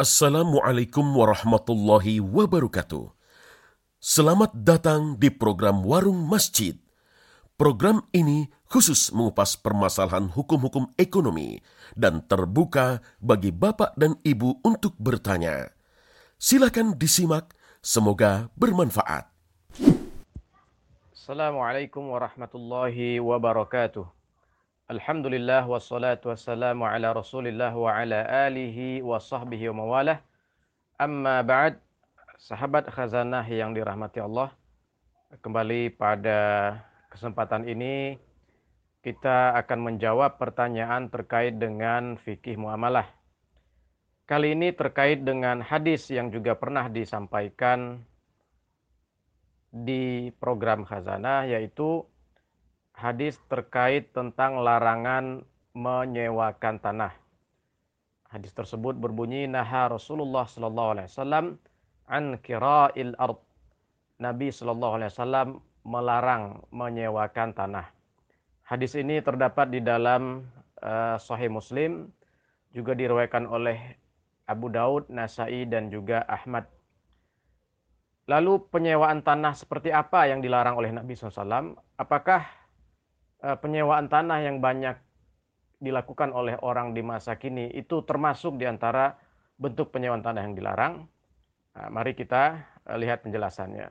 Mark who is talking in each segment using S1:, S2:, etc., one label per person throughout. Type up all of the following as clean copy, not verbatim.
S1: Assalamualaikum warahmatullahi wabarakatuh. Selamat datang di program Warung Masjid. Program ini khusus mengupas permasalahan hukum-hukum ekonomi dan terbuka bagi bapak dan ibu untuk bertanya. Silakan disimak, semoga bermanfaat.
S2: Assalamualaikum warahmatullahi wabarakatuh. Alhamdulillah wassalatu wassalamu ala rasulillah wa ala alihi wa sahbihi wa mawalah. Amma ba'd, sahabat khazanah yang dirahmati Allah. Kembali pada kesempatan ini kita akan menjawab pertanyaan terkait dengan fikih muamalah. Kali ini terkait dengan hadis yang juga pernah disampaikan di program khazanah, yaitu hadis terkait tentang larangan menyewakan tanah. Hadis tersebut berbunyi, naha Rasulullah sallallahu alaihi wasallam an kira'il ard. Nabi sallallahu alaihi wasallam melarang menyewakan tanah. Hadis ini terdapat di dalam Sahih Muslim, juga diriwayatkan oleh Abu Daud, Nasai dan juga Ahmad. Lalu penyewaan tanah seperti apa yang dilarang oleh Nabi SAW? Apakah penyewaan tanah yang banyak dilakukan oleh orang di masa kini itu termasuk di antara bentuk penyewaan tanah yang dilarang? Nah, mari kita lihat penjelasannya.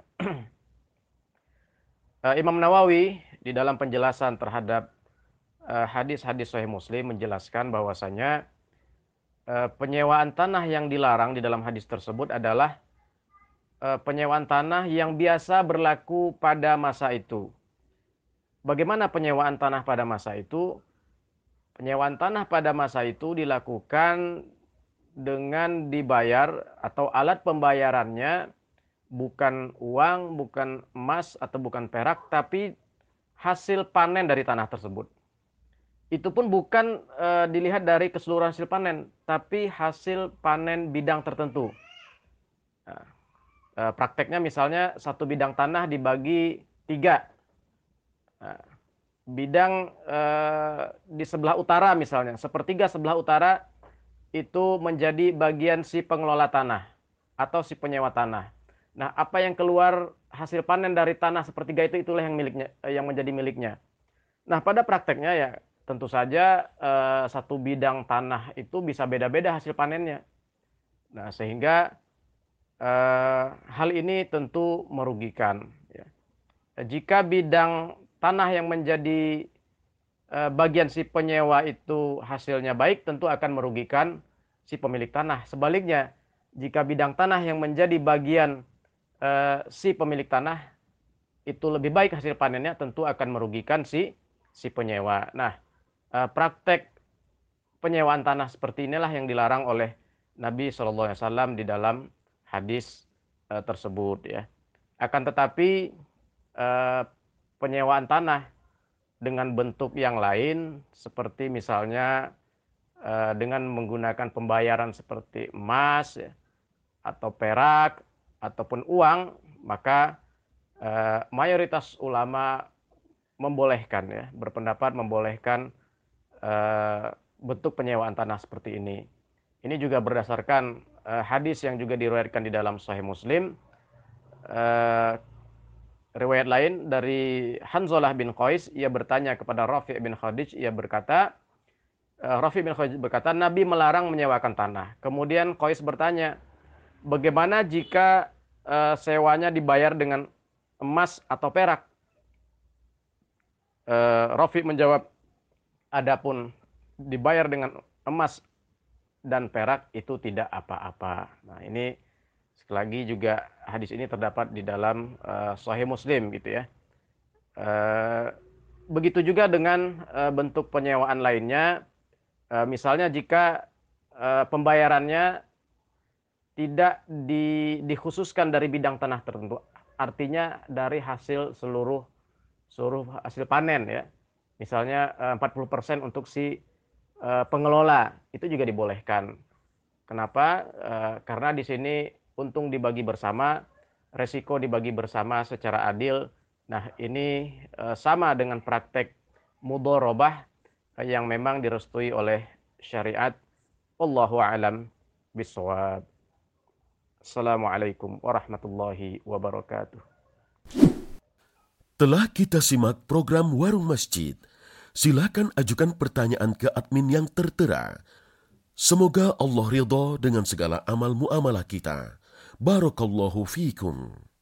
S2: Imam Nawawi di dalam penjelasan terhadap hadis-hadis Sahih Muslim menjelaskan bahwasanya penyewaan tanah yang dilarang di dalam hadis tersebut adalah penyewaan tanah yang biasa berlaku pada masa itu. Bagaimana penyewaan tanah pada masa itu? Penyewaan tanah pada masa itu dilakukan dengan dibayar atau alat pembayarannya bukan uang, bukan emas atau bukan perak, tapi hasil panen dari tanah tersebut. Itu pun bukan dilihat dari keseluruhan hasil panen, tapi hasil panen bidang tertentu. Nah, prakteknya misalnya satu bidang tanah dibagi 3. Nah, bidang di sebelah utara misalnya, sepertiga sebelah utara itu menjadi bagian si pengelola tanah atau si penyewa tanah. Nah, apa yang keluar hasil panen dari tanah sepertiga itu, itulah yang miliknya, yang menjadi miliknya. Nah, pada prakteknya ya tentu saja satu bidang tanah itu bisa beda-beda hasil panennya. Nah, sehingga hal ini tentu merugikan. Ya. Jika bidang tanah yang menjadi bagian si penyewa itu hasilnya baik, tentu akan merugikan si pemilik tanah. Sebaliknya, jika bidang tanah yang menjadi bagian si pemilik tanah itu lebih baik hasil panennya, tentu akan merugikan si penyewa. Nah, praktek penyewaan tanah seperti inilah yang dilarang oleh Nabi SAW di dalam hadis tersebut, ya. Akan tetapi penyewaan tanah dengan bentuk yang lain, seperti misalnya dengan menggunakan pembayaran seperti emas, ya, atau perak ataupun uang, maka mayoritas ulama membolehkan, ya, berpendapat membolehkan bentuk penyewaan tanah seperti ini. Ini juga berdasarkan hadis yang juga diriwayatkan di dalam Sahih Muslim. Riwayat lain dari Hanzalah bin Qais, ia bertanya kepada Rafi' bin Khadij, ia berkata, Rafi' bin Khadij berkata, Nabi melarang menyewakan tanah. Kemudian Qais bertanya, bagaimana jika sewanya dibayar dengan emas atau perak? Rafi' menjawab, adapun dibayar dengan emas dan perak itu tidak apa-apa. Nah, ini sekali lagi juga hadis ini terdapat di dalam Sahih Muslim, gitu ya. Begitu juga dengan bentuk penyewaan lainnya. Misalnya jika pembayarannya tidak dikhususkan dari bidang tanah tertentu, artinya dari hasil seluruh hasil panen, ya. Misalnya 40% untuk si pengelola, itu juga dibolehkan. Kenapa? Karena di sini untung dibagi bersama, resiko dibagi bersama secara adil. Nah, ini sama dengan praktek mudharabah yang memang direstui oleh syariat. Wallahu a'lam bissawab. Assalamualaikum warahmatullahi wabarakatuh.
S1: Telah kita simak program Warung Masjid. Silakan ajukan pertanyaan ke admin yang tertera. Semoga Allah ridha dengan segala amal muamalah kita. Barakallahu fiikum.